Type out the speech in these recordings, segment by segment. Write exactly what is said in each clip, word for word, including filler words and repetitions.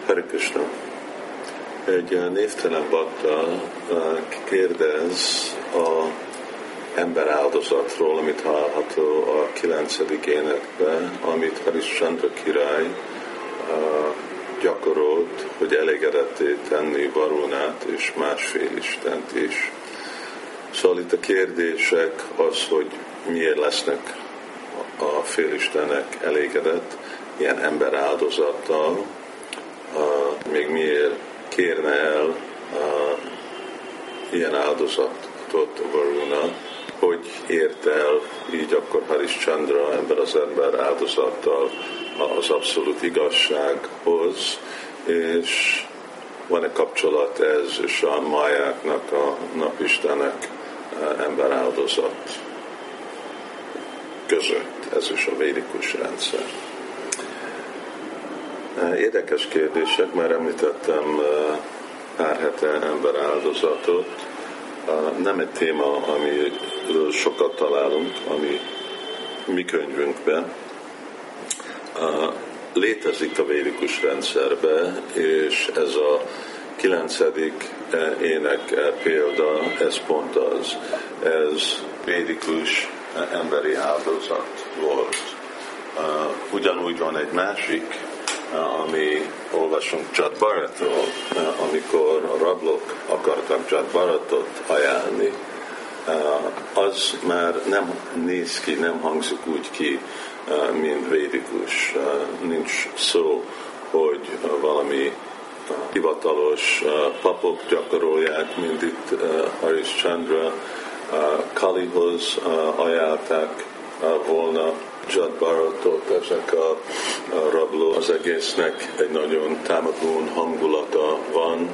Hare Krishna. Egy névtelen bakta kérdez a emberáldozatról, amit hallható a kilencedik énekben, amit Harishchandra király gyakorolt, hogy elégedetté tenni Varunát és másfél istent is. Szóval itt a kérdések az, hogy miért lesznek a félistenek elégedett ilyen emberáldozattal, még miért kérne el uh, ilyen áldozatot Varuna, hogy ért el így akkor Harishchandra ember az ember áldozattal az abszolút igazsághoz, és van-e kapcsolat ez és a májáknak, a napistenek uh, ember áldozat között. Ez is a védikus rendszer. Érdekes kérdések, már említettem pár hete ember áldozatot. Nem egy téma, amiről sokat találunk, ami mi könyvünkben. Létezik a védikus rendszerbe, és ez a kilencedik ének példa, ez pont az. Ez védikus emberi áldozat volt. Ugyanúgy van egy másik, ami olvasunk Jad Bharatról, amikor a rablók akartak Jad Bharatot ajánlni, az már nem néz ki, nem hangzik úgy ki, mint védikus. Nincs szó, hogy valami hivatalos papok gyakorolják, mint itt Harishchandra Kalihoz ajánlták volna Jad Bharatot, ezek a, a rabló, az egésznek egy nagyon támadó hangulata van,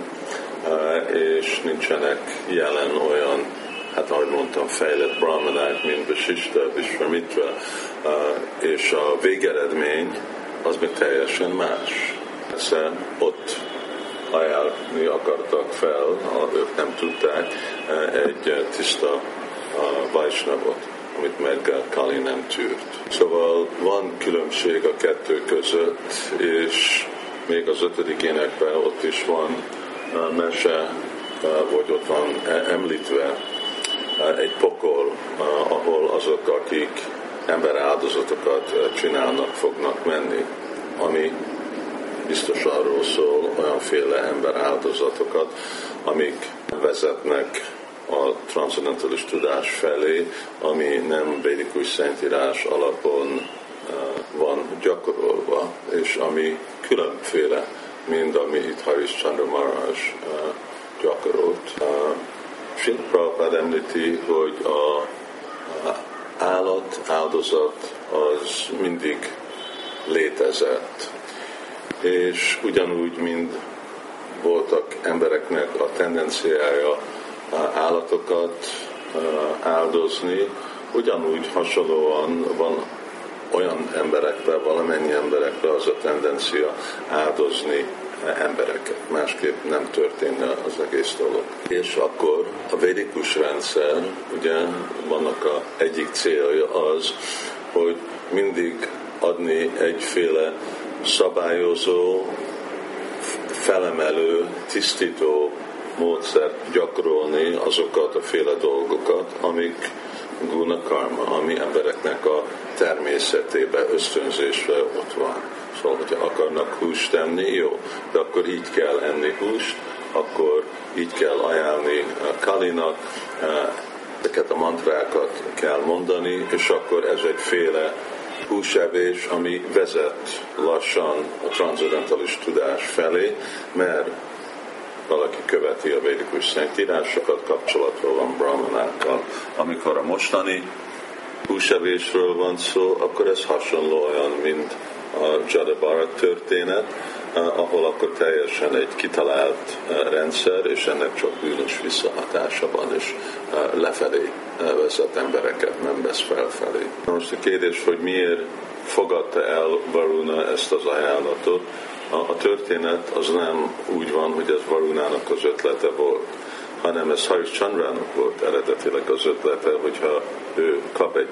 és nincsenek jelen olyan, hát ahogy mondtam, fejlett brahmanák, mint Vasishta, Vishvamitra, és a végeredmény az még teljesen más. Persze ott ajánlni akartak fel, ők nem tudták, egy tiszta Vaishnavot, amit meg Kali nem tűrt. Szóval van különbség a kettő között, és még az ötödik énekben ott is van mese, vagy ott van említve egy pokol, ahol azok, akik ember áldozatokat csinálnak, fognak menni, ami biztos arról szól, olyanféle ember áldozatokat, amik vezetnek a transzendentális tudás felé, ami nem védikus szentírás alapon van gyakorolva, és ami különféle, mint ami itt Harishchandra Maharaj gyakorolt. Srila Prabhupád említi, hogy a állat, áldozat az mindig létezett, és ugyanúgy, mint voltak embereknek a tendenciája állatokat áldozni, ugyanúgy hasonlóan van olyan emberekben, valamennyi emberekben az a tendencia áldozni embereket. Másképp nem történne az egész dolog. És akkor a védikus rendszer, ugye vannak a egyik célja az, hogy mindig adni egyféle szabályozó, felemelő, tisztító módszert gyakorolni azokat a féle dolgokat, amik guna karma, ami embereknek a természetében, ösztönzésre ott van. Szóval, hogyha akarnak húst enni, jó, de akkor így kell enni húst, akkor így kell ajánlni Kalinak, ezeket a mantrákat kell mondani, és akkor ez egyféle húsevés, ami vezet lassan a transzendentális tudás felé, mert valaki követi a védikus szentírásokat, kapcsolatban van brahmanákkal. Amikor a mostani húsevésről van szó, akkor ez hasonló olyan, mint a Jada Bharat történet, ahol akkor teljesen egy kitalált rendszer, és ennek csak bűnös visszahatása van, és lefelé vezet embereket, nem vesz felfelé. Most a kérdés, hogy miért fogadta el Varuna ezt az ajánlatot. A történet az nem úgy van, hogy ez Varunának az ötlete volt, hanem ez Harishchandrának volt eredetileg az ötlete, hogyha ő kap egy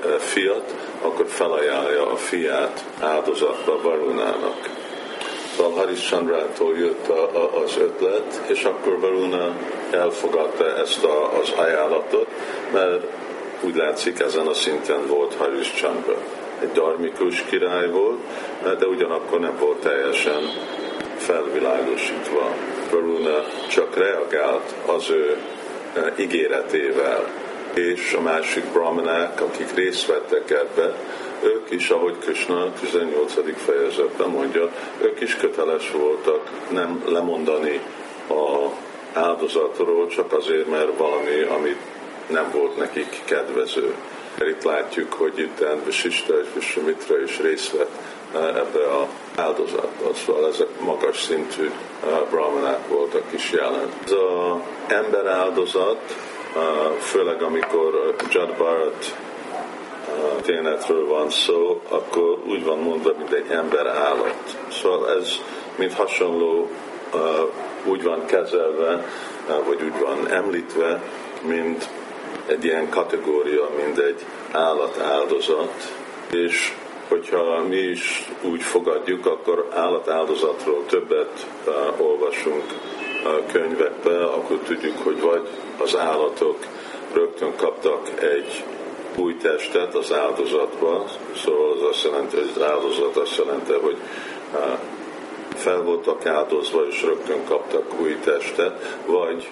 fiat, akkor felajánlja a fiát áldozatba Varunának. Szóval Harishchandratól jött a, a, az ötlet, és akkor Varuna elfogadta ezt a, az ajánlatot, mert úgy látszik ezen a szinten volt Harishchandra. Egy dharmikus király volt, de ugyanakkor nem volt teljesen felvilágosítva. Varuna csak reagált az ő ígéretével, és a másik brahmanák, akik részt vettek ebbe, ők is, ahogy Krishna tizennyolcadik fejezetben mondja, ők is köteles voltak nem lemondani az áldozatról, csak azért, mert valami, amit nem volt nekik kedvező. Itt látjuk, hogy itt Vasishtha és Vishwamitra is részt vett ebbe az áldozatban, szóval ezek magas szintű brahmanák voltak is jelen. Ez az ember áldozat, főleg amikor Jad Bharat történetről van szó, akkor úgy van mondva, mint egy ember állat. Szóval ez mint hasonló úgy van kezelve, vagy úgy van említve, mint egy ilyen kategória, mint egy állatáldozat, és hogyha mi is úgy fogadjuk, akkor állatáldozatról többet uh, olvasunk uh, könyvekbe, akkor tudjuk, hogy vagy az állatok rögtön kaptak egy új testet az áldozatba, szóval az azt jelenti, hogy az áldozat azt jelenti, hogy uh, fel voltak áldozva, és rögtön kaptak új testet, vagy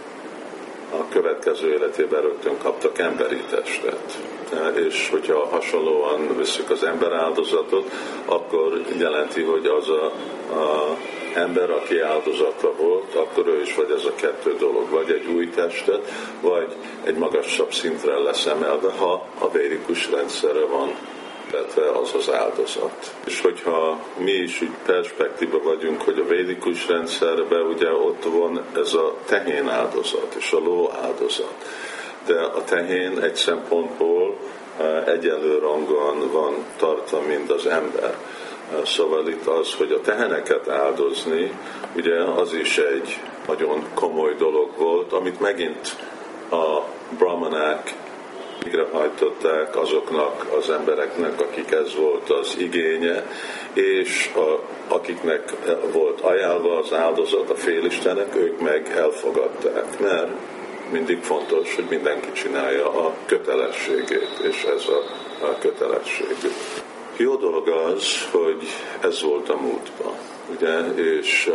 a következő életében rögtön kaptak emberi testet. És hogyha hasonlóan veszük az ember áldozatot, akkor jelenti, hogy az a, a ember, aki áldozata volt, akkor ő is vagy ez a kettő dolog, vagy egy új testet, vagy egy magasabb szintre lesz emelve, ha a védikus rendszerre van, illetve az az áldozat. És hogyha mi is úgy perspektíva vagyunk, hogy a védikus rendszerben ugye ott van ez a tehén áldozat és a ló áldozat. De a tehén egy szempontból egyenlő rangon van tartva, mint az ember. Szóval itt az, hogy a teheneket áldozni, ugye az is egy nagyon komoly dolog volt, amit megint a brahmanák végrehajtották azoknak az embereknek, akik ez volt az igénye, és a, akiknek volt ajánlva az áldozat, a félistenek, ők meg elfogadták, mert mindig fontos, hogy mindenki csinálja a kötelességét, és ez a, a kötelességük. Jó dolog az, hogy ez volt a múltban, ugye, és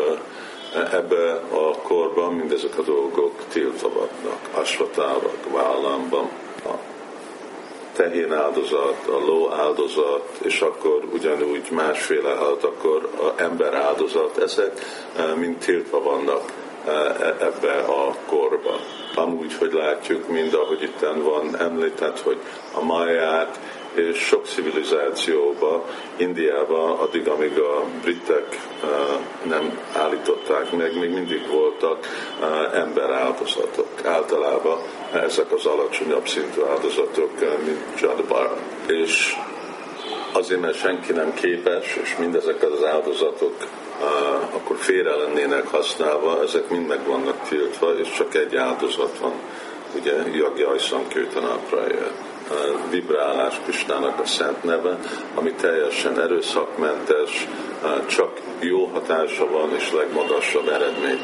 ebbe a korban mindezek a dolgok tiltva vannak, asvatávak, vállamban, a tehén áldozat, a ló áldozat, és akkor ugyanúgy másféle állat, akkor az ember áldozat, ezek mind tiltva vannak ebbe a korban. Amúgy, hogy látjuk, mind ahogy itt van említett, hogy a máják és sok civilizációban, Indiában, addig, amíg a britek nem állították meg, még mindig voltak emberáldozatok. Általában ezek az alacsonyabb szintű áldozatok, mint Jad Bharat. És azért, mert senki nem képes, és mindezek az áldozatok akkor félre lennének használva, ezek mind meg vannak tiltva, és csak egy áldozat van, ugye Yajna Sankirtana Praja, vibrálás Krisnának a szent neve, ami teljesen erőszakmentes, csak jó hatása van, és legmagasabb eredményt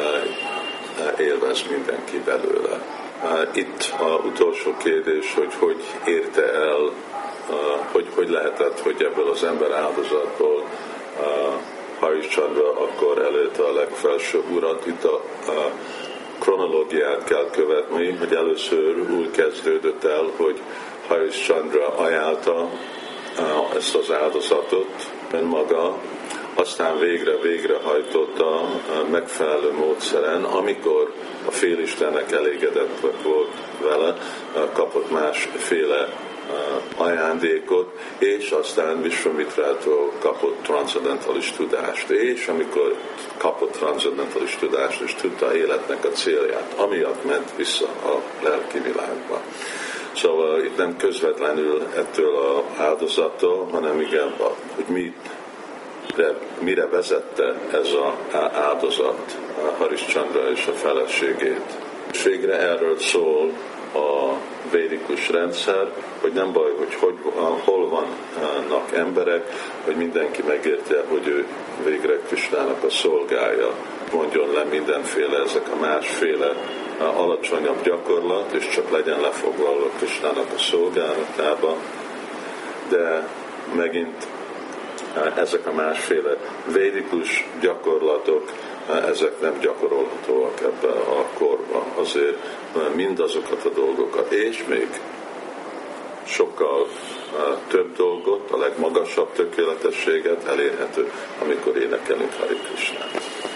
élvez mindenki belőle. Itt az utolsó kérdés, hogy hogy érte el, hogy hogy lehetett, hogy ebből az ember áldozatból Harishchandra akkor elérte a legfelsőbb urat. Itt a, a kronológiát kell követni, hogy először úgy kezdődött el, hogy Harishchandra ajánlta ezt az áldozatot önmaga, aztán végre végrehajtotta megfelelő módszeren, amikor a félistenek elégedett volt vele, kapott másféle ajándékot, és aztán Vishwamitrától kapott transzendentális tudást, és amikor kapott transzendentális tudást, és tudta életnek a célját, amiatt ment vissza a lelki világba. Szóval itt nem közvetlenül ettől az áldozattól, hanem igen, hogy mi, de mire vezette ez az áldozat Harishchandra és a feleségét. És végre erről szól a védikus rendszer, hogy nem baj, hogy, hogy hol vannak emberek, hogy mindenki megértje, hogy ő végre Krisna Krisnának a szolgája, mondjon le mindenféle ezek a másféle alacsonyabb gyakorlat, és csak legyen lefoglalva Krisnának a szolgálatába, de megint ezek a másféle védikus gyakorlatok, ezek nem gyakorolhatóak ebbe a korba. Azért mindazokat a dolgokat, és még sokkal több dolgot, a legmagasabb tökéletességet elérhető, amikor énekelünk Hare Krisnát.